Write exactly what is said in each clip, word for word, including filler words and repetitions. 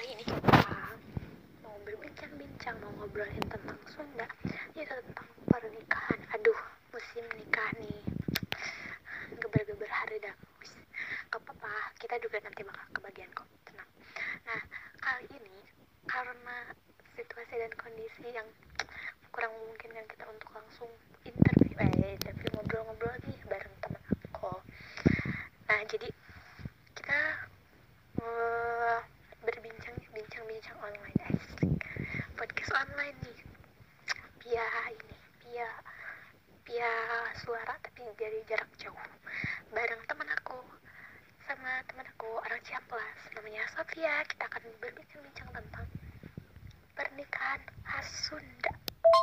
kali ini kita mau berbincang-bincang, mau ngobrolin tentang Sunda, yaitu tentang pernikahan. Aduh, musim nikah nih, geber-geber hari dah. Gak apa-apa, kita juga nanti bakal kebagian kok, tenang. Nah, kali ini karena situasi dan kondisi yang kurang memungkinkan kita untuk langsung interview, eh interview ngobrol-ngobrol nih bareng teman aku. Nah, jadi kita uh, berbincang bincang-bincang online, asik, podcast online nih, via ini, via via suara tapi dari jarak jauh, bareng teman aku, sama teman aku orang Ciamplas, namanya Sofia. Kita akan berbincang-bincang tentang pernikahan khas Sunda.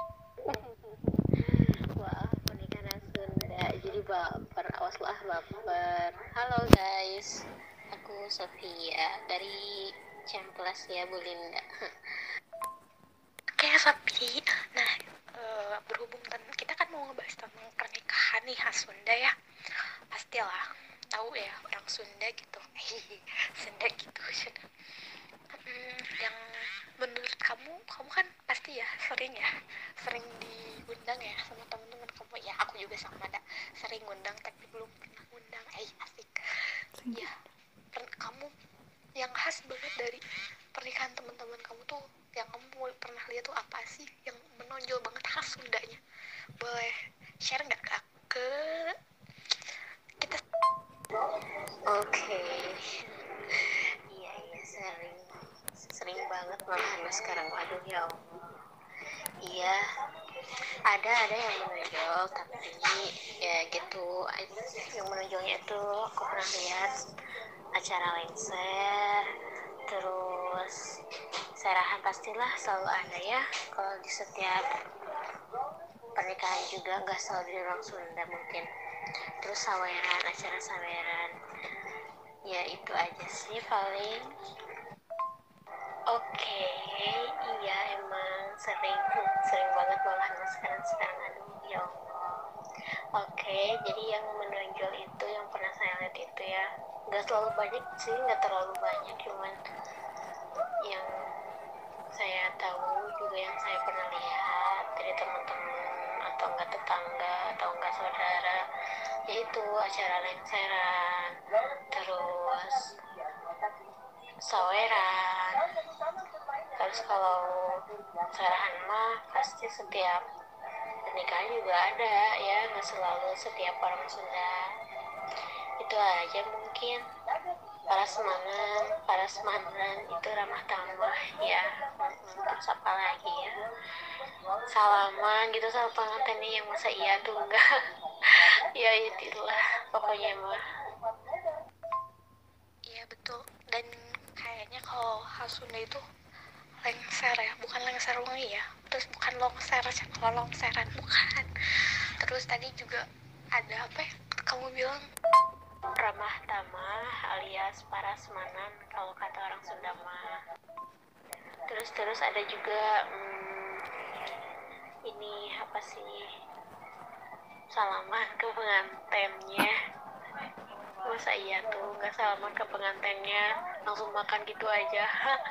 Wah, pernikahan Sunda. Jadi baper, awaslah baper. Halo guys, aku Sofia dari Ciamplas ya, Bu Linda. Oke Sofi, nah uh, berhubung ten- kita kan mau ngebahas tentang pernikahan nih khas Sunda ya. Pastilah tahu ya orang Sunda gitu. Sunda gitu. Sunda. Hmm, yang menurut kamu, kamu kan pasti ya sering ya, sering diundang ya sama teman-teman kamu. Ya aku juga sama, ada sering ngundang tapi belum pernah ngundang. Eh asik. Ya, per- kamu yang khas banget dari pernikahan teman-teman kamu tuh, yang kamu pernah lihat tuh apa sih yang menonjol banget khas Sundanya? Boleh share nggak kak ke kita? Oke. Iya, iya sering. Sering banget malah sekarang. Aduh ya Allah. Iya, ada ada yang menonjol, tapi ya gitu. Yang menonjolnya itu aku pernah lihat acara lengser, terus serahan pastilah selalu ada ya. Kalau di setiap pernikahan juga nggak selalu di orang Sunda mungkin. Terus saweran, acara saweran, ya itu aja sih paling. Oke, iya emang sering sering banget malah sekarang sekarang aduh ya Allah. Oke, jadi yang menonjol itu yang pernah saya lihat itu ya, nggak terlalu banyak sih, nggak terlalu banyak, cuman yang saya tahu juga yang saya pernah lihat dari teman-teman atau enggak tetangga atau enggak saudara, yaitu acara lengseran, terus saweran. Terus kalau sarahan mah pasti setiap pernikahan juga ada ya, nggak selalu setiap orang Sunda. Itu aja mungkin. Parasmanan, parasmanan itu ramah tamah ya. Hmm, terus apa lagi ya? Salaman gitu sama pengantinnya, yang masa iya tuh enggak. Ya itulah pokoknya mah. Iya betul, dan kayaknya kalau khas Sunda itu lengser ya, bukan lengser wangi ya, terus bukan longser, kalau longseran bukan. Terus tadi juga ada apa ya kamu bilang, Ramah tamah alias parasmanan kalau kata orang Sunda mah. Terus terus ada juga hmm, ini apa sih, salaman ke pengantennya. Masa iya tuh nggak salaman ke pengantennya, langsung makan gitu aja.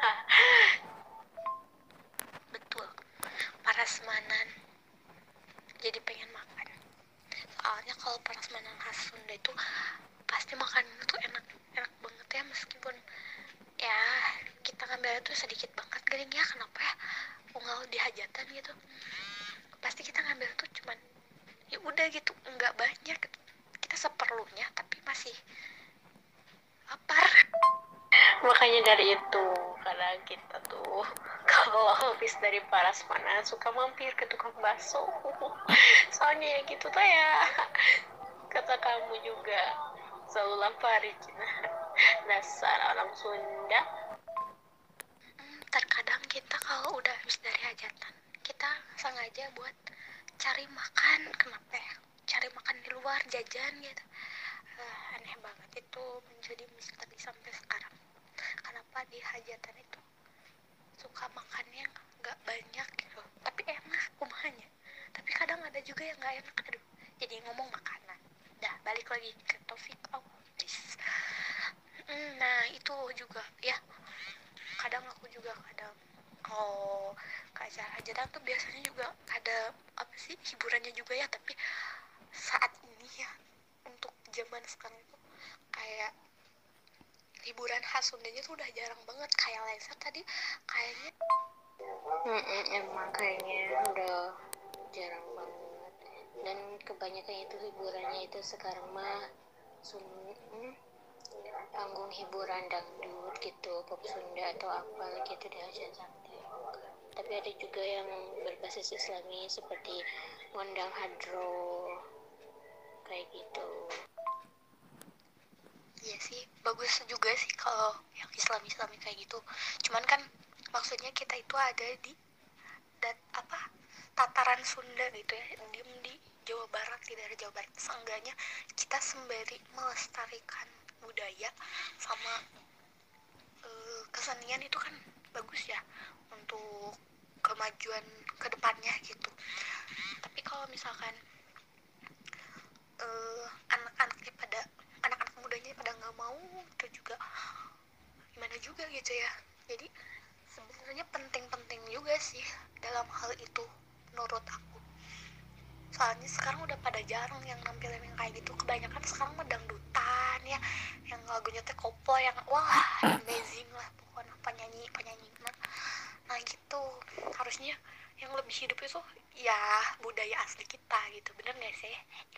betul, parasmanan, jadi pengen makan. Soalnya kalau prasmanan khas Sunda itu pasti makanannya tuh enak enak banget ya, meskipun ya kita ngambil itu sedikit banget gering ya, kenapa ya, unggal di hajatan gitu pasti kita ngambil tuh cuman ya udah gitu, nggak banyak, kita seperlunya tapi masih lapar. Makanya dari itu kadang kita tuh kalau habis dari parasmanan suka mampir ke tukang bakso. Soalnya ya gitu tuh ya, kata kamu juga selalu lapar Cina. Dasar orang Sunda. Hmm, terkadang kita kalau udah habis dari hajatan kita sengaja buat cari makan, kenapa ya, cari makan di luar, jajan gitu. Uh, aneh banget itu, menjadi misteri sampai sekarang, kenapa di hajatan itu suka makannya nggak banyak gitu tapi enak kumanya, tapi kadang ada juga yang nggak enak. Aduh, jadi ngomong makanan, dah balik lagi ke topik. Oh guys, hmm, nah itu juga ya, kadang aku juga kadang kalau ke acara hajatan tuh biasanya juga ada apa sih hiburannya juga ya, tapi saat ini ya untuk zaman sekarang itu kayak hiburan khas Sundanya tuh udah jarang banget. Kayak Lesa tadi kayaknya Mm-mm, emang kayaknya udah jarang banget, dan kebanyakan itu hiburannya itu sekarang mah sun hmm, panggung hiburan dangdut gitu, pop Sunda atau apa gitu di hajatan. Tapi ada juga yang berbasis Islami seperti ngondang hadro kayak gitu. iya sih bagus juga sih kalau yang Islam-Islami kayak gitu. Cuman kan maksudnya kita itu ada di dan apa tataran Sunda gitu ya, diem di Jawa Barat, di daerah Jawa Barat. Seenggaknya kita sembari melestarikan budaya sama uh, kesenian itu kan bagus ya untuk kemajuan kedepannya gitu. Tapi kalau misalkan uh, anak-anaknya pada anak-anak mudanya pada nggak mau, itu juga gimana juga gitu ya. Jadi sebenarnya penting-penting juga sih dalam hal itu menurut aku. Soalnya sekarang udah pada jarang yang nampilin yang kayak gitu. Kebanyakan sekarang mah dangdutan ya, yang lagunya teh koplo yang wah amazing lah pokoknya penyanyi penyanyi mah. Nah gitu harusnya yang lebih hidup itu ya budaya asli kita gitu, bener gak sih?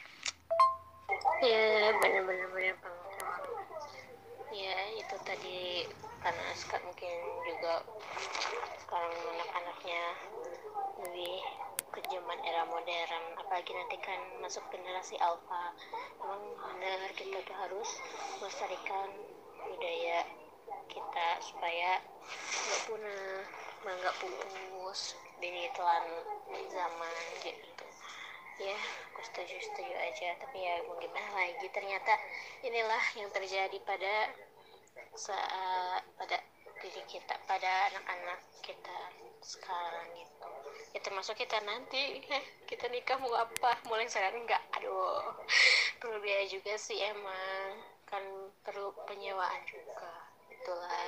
Ya bener-bener bener banget. Ya itu tadi karena sekarang mungkin juga sekarang anak-anaknya lebih ke zaman era modern, apalagi nanti kan masuk generasi alpha. Memang benar kita tuh harus melestarikan budaya kita supaya nggak punah, nggak pupus ditelan zaman gitu. Ya aku setuju setuju aja, tapi ya mau gimana lagi, ternyata inilah yang terjadi pada saat pada diri kita, pada anak-anak kita sekarang gitu. Ya termasuk kita nanti, eh, kita nikah mau apa, mulai sekarang enggak, aduh perlu biaya juga sih, emang kan perlu penyewaan juga, itulah.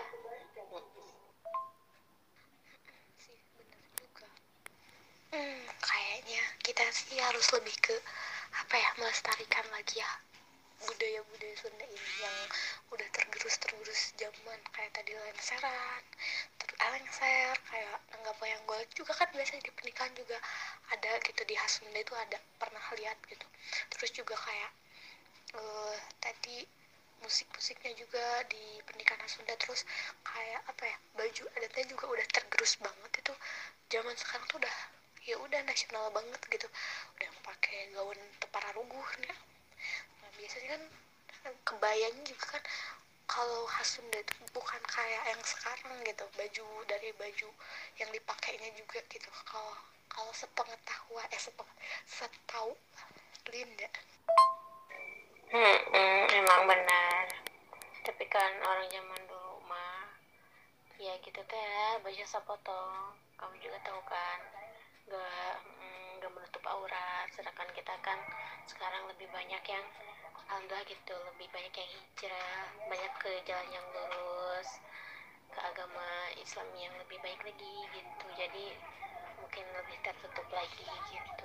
Sih bener juga. Hmm, kayaknya kita sih harus lebih ke apa ya, melestarikan lagi ya budaya-budaya Sunda ini yang udah tergerus-tergerus zaman, kayak tadi lenseran, terus lengser, kayak nanggap wayang golek juga kan biasanya di pernikahan juga ada gitu, di khas Sunda itu ada, pernah lihat gitu. Terus juga kayak uh, tadi musik-musiknya juga di pernikahan khas Sunda. Terus kayak apa ya, baju adatnya juga udah tergerus banget itu. Zaman sekarang tuh udah ya udah nasional banget gitu, udah pakai gaun tepara ruguh ya. Nah, biasanya kan kebayanya juga kan kalau khas Sunda itu bukan kayak yang sekarang gitu, baju dari baju yang dipakainya juga gitu. Kalau kalau sepengetahuan eh sepeng, setahu Linda. Hmm, hmm, emang benar, tapi kan orang zaman dulu mah ya gitu teh baju sapotong, kamu juga tahu kan, gak mm, gak menutup aurat. Sedangkan kita kan sekarang lebih banyak yang alhamdulillah gitu, lebih banyak yang hijrah, banyak ke jalan yang lurus, ke agama Islam yang lebih baik lagi gitu, jadi mungkin lebih tertutup lagi gitu.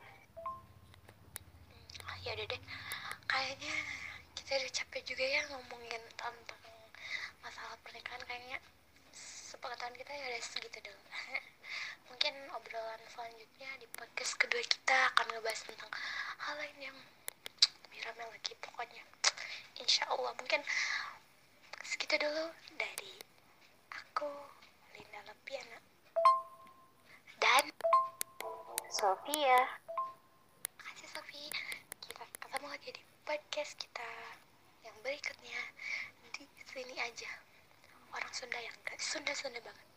Ya udah deh, kayaknya kita udah capek juga ya ngomongin tentang masalah pernikahan. Kayaknya sepengetahuan kita ya udah segitu dulu. Mungkin obrolan selanjutnya di podcast kedua kita akan ngebahas tentang hal lain yang lebih ramai lagi pokoknya. Insya Allah. Mungkin segitu dulu dari aku, Linda Lepiana, dan Sofia. kasih Sofi. Kita ketemu lagi di podcast kita yang berikutnya di sini aja. Orang Sunda yang gak Sunda-Sunda banget.